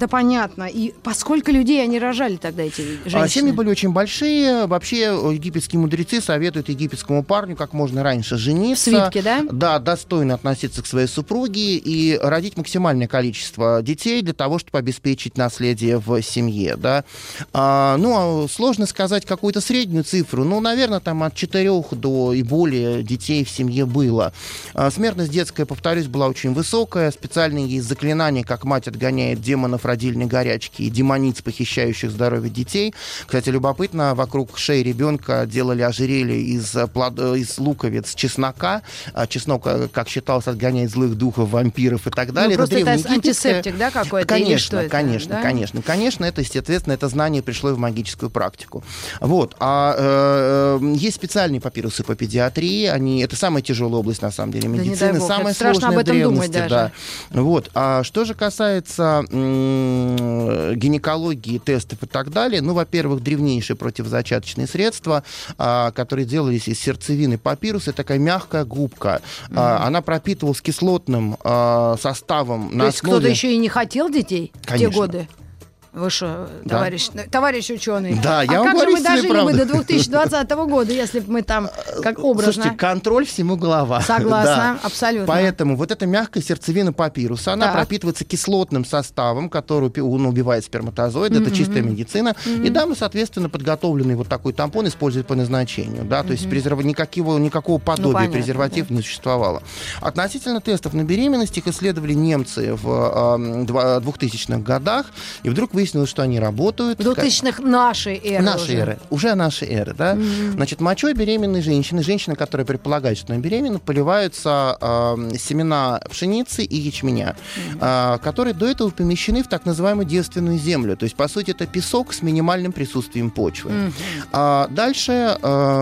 S2: это понятно. И поскольку людей они рожали тогда, эти женщины?
S3: Семьи были очень большие. Вообще египетские мудрецы советуют египетскому парню как можно раньше жениться.
S2: Свитки, да?
S3: Да, достойно относиться к своей супруге и родить максимальное количество детей для того, чтобы обеспечить наследие в семье, да. А, ну, сложно сказать какую-то среднюю цифру. Ну, наверное, там от четырех до и более детей в семье было. А, смертность детская, повторюсь, была очень высокая. Специальные есть заклинания, как мать отгоняет демонов родильной горячки и демониц, похищающих здоровье детей. Кстати, любопытно, вокруг шеи ребенка делали ожерелье из, плод... из луковиц чеснока. Чеснок, как считалось, отгоняет злых духов, вампиров и так далее.
S2: Ну, просто это, это антисептик, да, какой-то?
S3: Конечно,
S2: или что
S3: конечно,
S2: это, да?
S3: конечно. Конечно, это, естественно, это знание пришло и в магическую практику. Вот. А э, есть специальные папирусы по педиатрии. Они... Это самая тяжелая область, на самом деле, медицины.
S2: Да,
S3: самая
S2: сложная
S3: в древности.
S2: Даже.
S3: Да. Вот. А что же касается м- гинекологии, тестов и так далее, ну, во-первых, древнейшие противозачаточные средства, а, которые делались из сердцевины папируса, такая мягкая губка. Mm-hmm. А, она пропитывалась кислотным а, составом.
S2: То
S3: на
S2: есть
S3: основе...
S2: кто-то еще и не хотел детей?
S3: Конечно.
S2: В те годы? Вы что,
S3: Да.
S2: товарищ, товарищ ученый?
S3: Да, я
S2: а
S3: вам
S2: как же
S3: говорю
S2: мы дожили
S3: правду.
S2: бы до две тысячи двадцатого года, если бы мы там, как образно...
S3: Слушайте, контроль всему голова.
S2: Согласна,
S3: Да.
S2: абсолютно.
S3: Поэтому вот эта мягкая сердцевина папируса, она
S2: Так.
S3: пропитывается кислотным составом, который уби- он убивает сперматозоиды,
S2: Mm-hmm.
S3: это чистая медицина.
S2: Mm-hmm.
S3: И дамы, соответственно, подготовленный вот такой тампон используют по назначению. Да? Mm-hmm. То есть презерв... никакого, никакого подобия
S2: понятно,
S3: презерватив
S2: да.
S3: не существовало. Относительно тестов на беременность их исследовали немцы в э, двухтысячных годах, и вдруг выяснилось, что они работают.
S2: В двухтысячных нашей эры
S3: Нашей
S2: уже.
S3: эры. Уже нашей эры, да. Mm-hmm. Значит, мочой беременной женщины, женщина, которая предполагает, что она беременна, поливаются э, семена пшеницы и ячменя, mm-hmm. э, которые до этого помещены в так называемую девственную землю. То есть, по сути, это песок с минимальным присутствием почвы. Mm-hmm. А дальше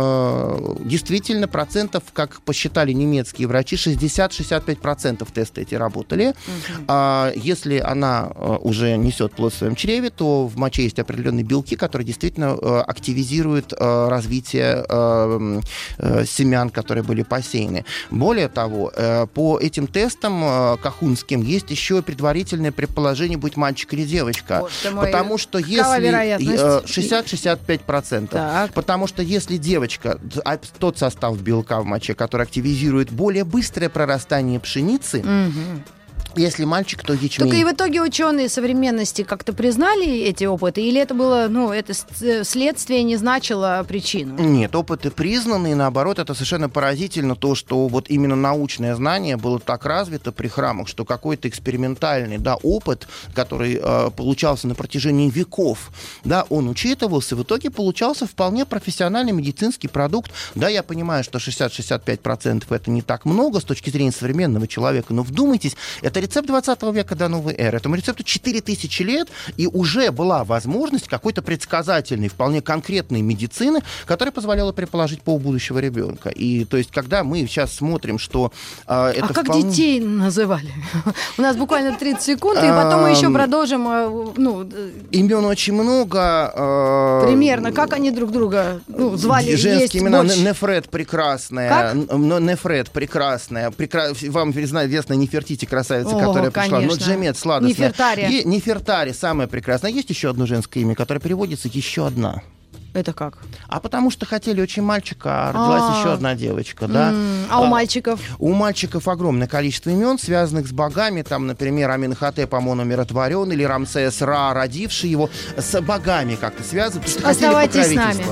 S3: э, действительно процентов, как посчитали немецкие врачи, шестьдесят-шестьдесят пять процентов теста эти работали. Mm-hmm. А если она э, уже несет плод в своем чреве, то в моче есть определенные белки, которые действительно э, активизируют э, развитие э, э, семян, которые были посеяны. Более того, э, по этим тестам э, кахунским есть еще предварительное предположение, будет мальчик или девочка.
S2: Мой,
S3: потому что если э, шестьдесят-шестьдесят пять процентов,
S2: так.
S3: потому что если девочка, тот состав белка в моче, который активизирует более быстрое прорастание пшеницы,
S2: угу.
S3: Если мальчик, то ячмень.
S2: Только и в итоге ученые современности как-то признали эти опыты? Или это было, ну, это следствие не значило причину?
S3: Нет, опыты признаны, и наоборот, это совершенно поразительно, то, что вот именно научное знание было так развито при храмах, что какой-то экспериментальный, да, опыт, который э, получался на протяжении веков, да, он учитывался, в итоге получался вполне профессиональный медицинский продукт. Да, я понимаю, что шестьдесят-шестьдесят пять процентов это не так много с точки зрения современного человека, но вдумайтесь, это рецепт двадцатого века до новой эры. Этому рецепту четыре тысячи лет, и уже была возможность какой-то предсказательной, вполне конкретной медицины, которая позволяла предположить пол будущего ребенка. И то есть, когда мы сейчас смотрим, что э, это
S2: А как
S3: вполне...
S2: детей называли? У нас буквально тридцать секунд, и потом мы еще продолжим. Ну,
S3: имен очень много. Э...
S2: Примерно. Как они друг друга ну, звали?
S3: Женские имена.
S2: Борщ.
S3: Нефред прекрасная.
S2: Как?
S3: Нефред прекрасная. Прекра... Вам известна Нефертити, красавица,
S2: О,
S3: которая
S2: конечно.
S3: пришла. Но Джемет сладостная.
S2: Нефертари.
S3: Е... Нефертари самая прекрасная. Есть еще одно женское имя, которое переводится «еще одна».
S2: Это как?
S3: А потому что хотели очень мальчика, а родилась
S2: А-а-а.
S3: еще одна девочка, да.
S2: М-м, а у мальчиков?
S3: У мальчиков огромное количество имен, связанных с богами. Там, например, Аминхотеп, Амон умиротворен, или Рамсес Ра, родивший его, с богами как-то связаны.
S2: Оставайтесь с нами.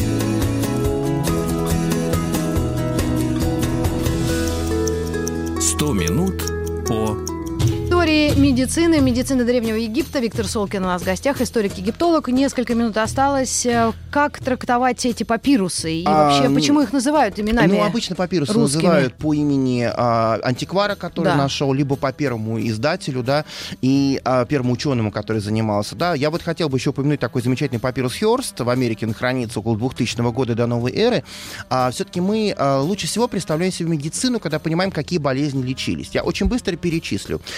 S1: Сто минут по...
S2: Истории медицины, медицины Древнего Египта. Виктор Солкин у нас в гостях, историк-египтолог. Несколько минут осталось. Как трактовать эти папирусы? И
S3: А,
S2: вообще, почему их называют именами
S3: Ну, обычно папирусы
S2: русскими?
S3: называют по имени а, антиквара, который
S2: Да.
S3: нашел, либо по первому издателю, да, и а, первому ученому, который занимался, да. Я вот хотел бы еще упомянуть такой замечательный папирус Хёрст. В Америке он хранится около двухтысячного года до новой эры. А, все-таки мы а, лучше всего представляем себе медицину, когда понимаем, какие болезни лечились. Я очень быстро перечислю. двести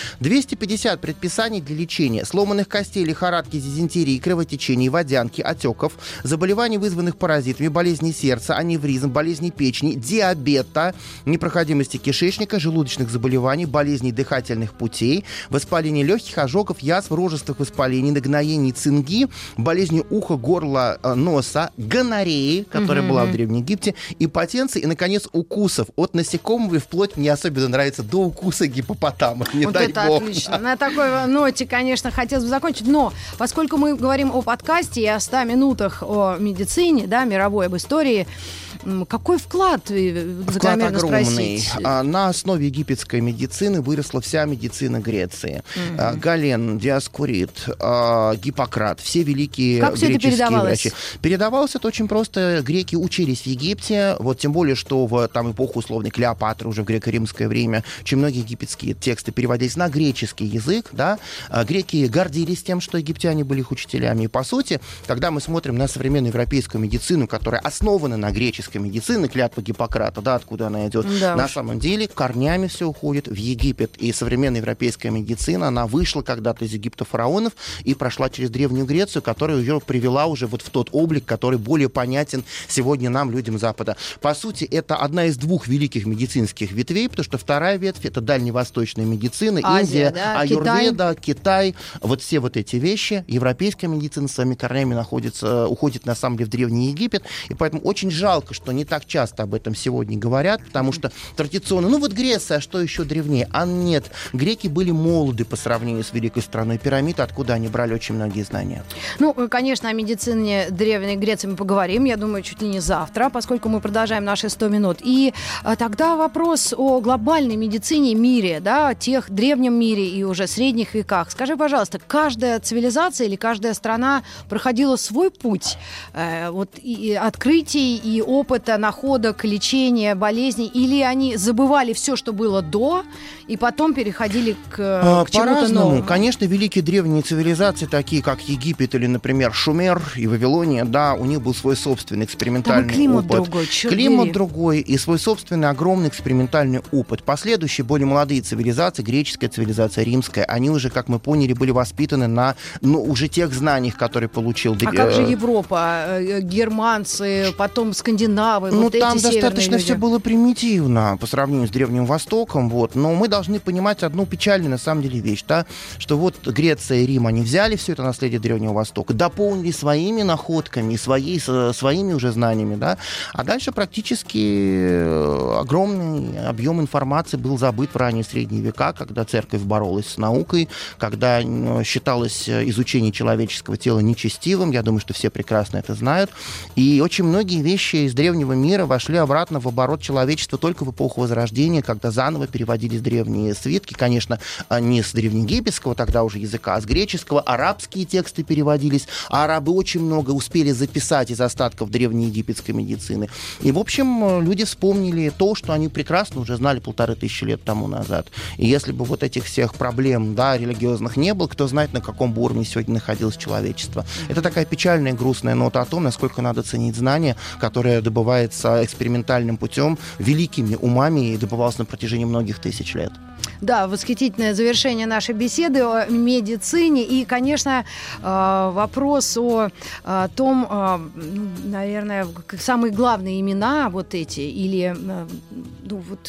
S3: двести пятьдесят предписаний для лечения сломанных костей, лихорадки, дизентерии, кровотечений, водянки, отеков, заболеваний, вызванных паразитами, болезней сердца, аневризм, болезней печени, диабета, непроходимости кишечника, желудочных заболеваний, болезней дыхательных путей, воспаления легких, ожогов, язв, рожестых воспалений, нагноений, цинги, болезни уха, горла, носа, гонореи, которая mm-hmm. была в Древнем Египте, импотенции и, наконец, укусов от насекомого и вплоть, мне особенно нравится, до укуса гипопотама. Не
S2: вот
S3: дай
S2: это
S3: бог.
S2: Отлично. На такой ноте, конечно, хотелось бы закончить. Но поскольку мы говорим о подкасте и о ста минутах о медицине, да, мировой, об истории, какой вклад,
S3: вклад огромный. На основе египетской медицины выросла вся медицина Греции. Mm-hmm. Гален, Диоскурид, Гиппократ, все великие
S2: как
S3: греческие врачи. Передавалось это очень просто. Греки учились в Египте, вот тем более, что в там, эпоху условной Клеопатры, уже в греко-римское время, очень многие египетские тексты переводились на греческий язык. Да? Греки гордились тем, что египтяне были их учителями. И, по сути, когда мы смотрим на современную европейскую медицину, которая основана на греческой медицины, клятва Гиппократа, да, откуда она идет,
S2: да
S3: на
S2: уж.
S3: самом деле корнями все уходит в Египет. И современная европейская медицина, она вышла когда-то из Египта фараонов и прошла через Древнюю Грецию, которая ее привела уже вот в тот облик, который более понятен сегодня нам, людям Запада. По сути, это одна из двух великих медицинских ветвей, потому что вторая ветвь — это дальневосточная медицина,
S2: Азия,
S3: Индия,
S2: да,
S3: аюрведа, Китай. Китай. Вот все вот эти вещи. Европейская медицина своими корнями находится, уходит, на самом деле, в Древний Египет. И поэтому очень жалко, что не так часто об этом сегодня говорят, потому что традиционно, ну вот Греция, а что еще древнее? А нет, греки были молоды по сравнению с великой страной пирамид, откуда они брали очень многие знания.
S2: Ну, конечно, о медицине Древней Греции мы поговорим, я думаю, чуть ли не завтра, поскольку мы продолжаем наши сто минут. И а, тогда вопрос о глобальной медицине мире, да, тех древнем мире и уже средних веках. Скажи, пожалуйста, каждая цивилизация или каждая страна проходила свой путь э, вот, и открытий, и опыта, находок, лечения, болезней, или они забывали все, что было до, и потом переходили к,
S3: а,
S2: к чему-то
S3: по-разному.
S2: новому?
S3: Конечно, великие древние цивилизации, такие как Египет или, например, Шумер и Вавилония, да, у них был свой собственный экспериментальный
S2: Там климат
S3: опыт.
S2: другой,
S3: Климат другой и свой собственный огромный экспериментальный опыт. Последующие, более молодые цивилизации, греческая цивилизация, римская, они уже, как мы поняли, были воспитаны на ну, уже тех знаниях, которые получил...
S2: А как же Европа, германцы, потом скандинавы,
S3: ну,
S2: вот
S3: там
S2: эти
S3: достаточно
S2: все
S3: было примитивно по сравнению с Древним Востоком, вот. Но мы должны понимать одну печальную, на самом деле, вещь, да, что вот Греция и Рим, они взяли все это наследие Древнего Востока, дополнили своими находками, своей, своими уже знаниями, да, а дальше практически огромный объем информации был забыт в ранние средние века, когда церковь боролась с наукой, когда считалось изучение человеческого тела нечестивым, я думаю, что все прекрасно это знают, и очень многие вещи из древнего мира вошли обратно в оборот человечества только в эпоху Возрождения, когда заново переводились древние свитки, конечно, не с древнеегипетского тогда уже языка, а с греческого, арабские тексты переводились, а арабы очень много успели записать из остатков древнеегипетской медицины. И, в общем, люди вспомнили то, что они прекрасно уже знали полторы тысячи лет тому назад. И если бы вот этих всех проблем, да, религиозных не было, кто знает, на каком бы уровне сегодня находилось человечество. Это такая печальная, грустная нота о том, насколько надо ценить знания, которое добывается экспериментальным путем, великими умами и добывалось на протяжении многих тысяч лет.
S2: Да, восхитительное завершение нашей беседы о медицине. И, конечно, вопрос о том, наверное, самые главные имена вот эти, или ну, вот...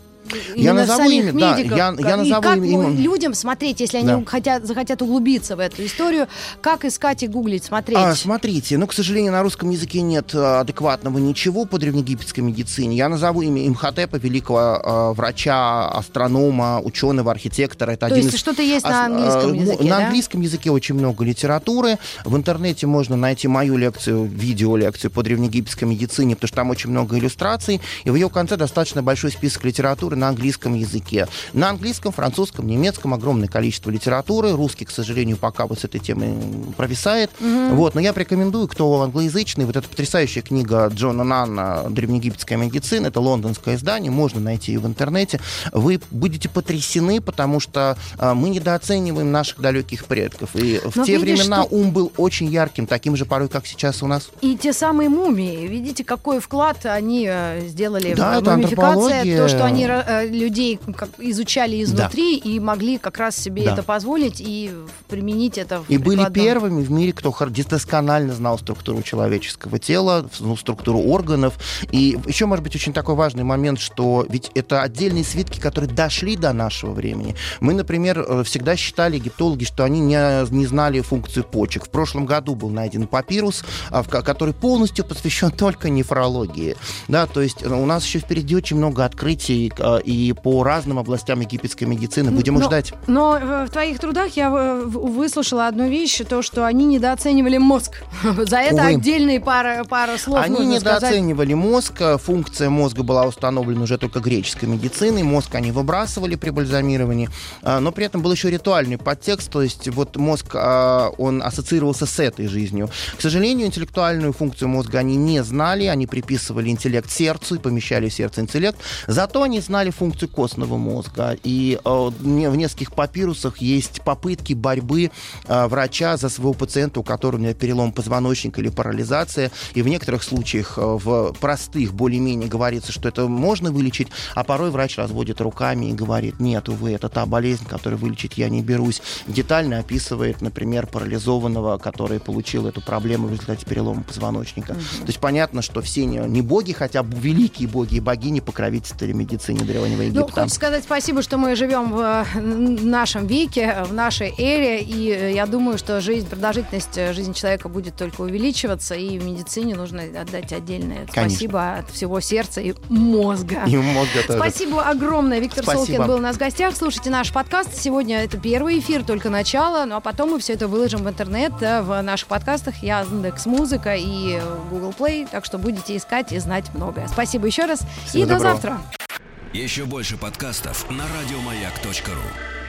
S3: Я назову
S2: самих
S3: имя,
S2: медиков,
S3: да, я, я назову
S2: и как
S3: имя.
S2: людям смотреть, если они
S3: да.
S2: хотят, захотят углубиться в эту историю, как искать и гуглить, смотреть?
S3: А, смотрите, ну, к сожалению, на русском языке нет адекватного ничего по древнеегипетской медицине. Я назову имя Имхотепа, великого э, врача, астронома, ученого, архитектора. Это
S2: То
S3: один
S2: есть
S3: из...
S2: что-то есть на английском языке,
S3: На
S2: да?
S3: английском языке очень много литературы. В интернете можно найти мою лекцию, видеолекцию по древнеегипетской медицине, потому что там очень много иллюстраций, и в ее конце достаточно большой список литературы на английском языке. На английском, французском, немецком огромное количество литературы. Русский, к сожалению, пока вот с этой темой провисает. Mm-hmm. Вот, но я порекомендую, кто англоязычный, вот эта потрясающая книга Джона Нанна «Древнеегипетская медицина», это лондонское издание, можно найти ее в интернете. Вы будете потрясены, потому что а, мы недооцениваем наших далеких предков. И в
S2: но
S3: те
S2: видишь,
S3: времена
S2: что...
S3: ум был очень ярким, таким же порой, как сейчас у нас.
S2: И те самые мумии, видите, какой вклад они сделали
S3: да,
S2: в мумификацию, то, что они э, людей как, изучали изнутри да. и могли как раз себе да. это позволить и применить это в
S3: И
S2: прикладном...
S3: были первыми в мире, кто досконально знал структуру человеческого тела, ну, структуру органов. И еще, может быть, очень такой важный момент, что ведь это отдельные свитки, которые дошли до нашего времени. Мы, например, всегда считали, египтологи, что они не, не знали функцию почек. В прошлом году был найден папирус, который полностью посвящен только нефрологии. Да, то есть у нас еще впереди очень много открытий и по разным областям египетской медицины. Будем
S2: но,
S3: ждать.
S2: Но в твоих трудах я выслушала одну вещь, то, что они недооценивали мозг. За это
S3: Увы.
S2: отдельные пара, пара слов
S3: Они
S2: нужно
S3: недооценивали
S2: сказать.
S3: мозг. Функция мозга была установлена уже только греческой медициной. Мозг они выбрасывали при бальзамировании. Но при этом был еще ритуальный подтекст. То есть вот мозг, он ассоциировался с этой жизнью. К сожалению, интеллектуальную функцию мозга они не знали. Они приписывали интеллект сердцу и помещали в сердце интеллект. Зато они знали функцию костного мозга. И в нескольких папирусах есть попытки борьбы врача за своего пациента, у которого, например, перелом позвоночника или парализация. И в некоторых случаях, в простых, более-менее говорится, что это можно вылечить, а порой врач разводит руками и говорит: нет, увы, это та болезнь, которую вылечить я не берусь. Детально описывает, например, парализованного, который получил эту проблему в результате перелома позвоночника. Mm-hmm. То есть понятно, что все не, не боги, хотя бы великие боги и богини покровительствовали медицине Древнего Египта.
S2: Ну, хочу сказать спасибо, что мы живем в нашем веке, в нашей эре, и я думаю, что жизнь, продолжительность жизни человека будет только увеличиваться, и в медицине нужно отдать отдельное Конечно. спасибо от всего сердца и мозга.
S3: И мозга тоже.
S2: Спасибо огромное. Виктор
S3: Спасибо.
S2: Солкин был у нас в гостях. Слушайте наш подкаст. Сегодня это первый эфир, только начало, ну а потом мы все это выложим в интернет, в наших подкастах. Яндекс.Музыка и Google Play, так что будете искать и знать многое. Спасибо еще раз.
S3: Всего
S2: и
S3: доброго.
S2: До завтра.
S1: Еще больше подкастов на радиомаяк точка ру.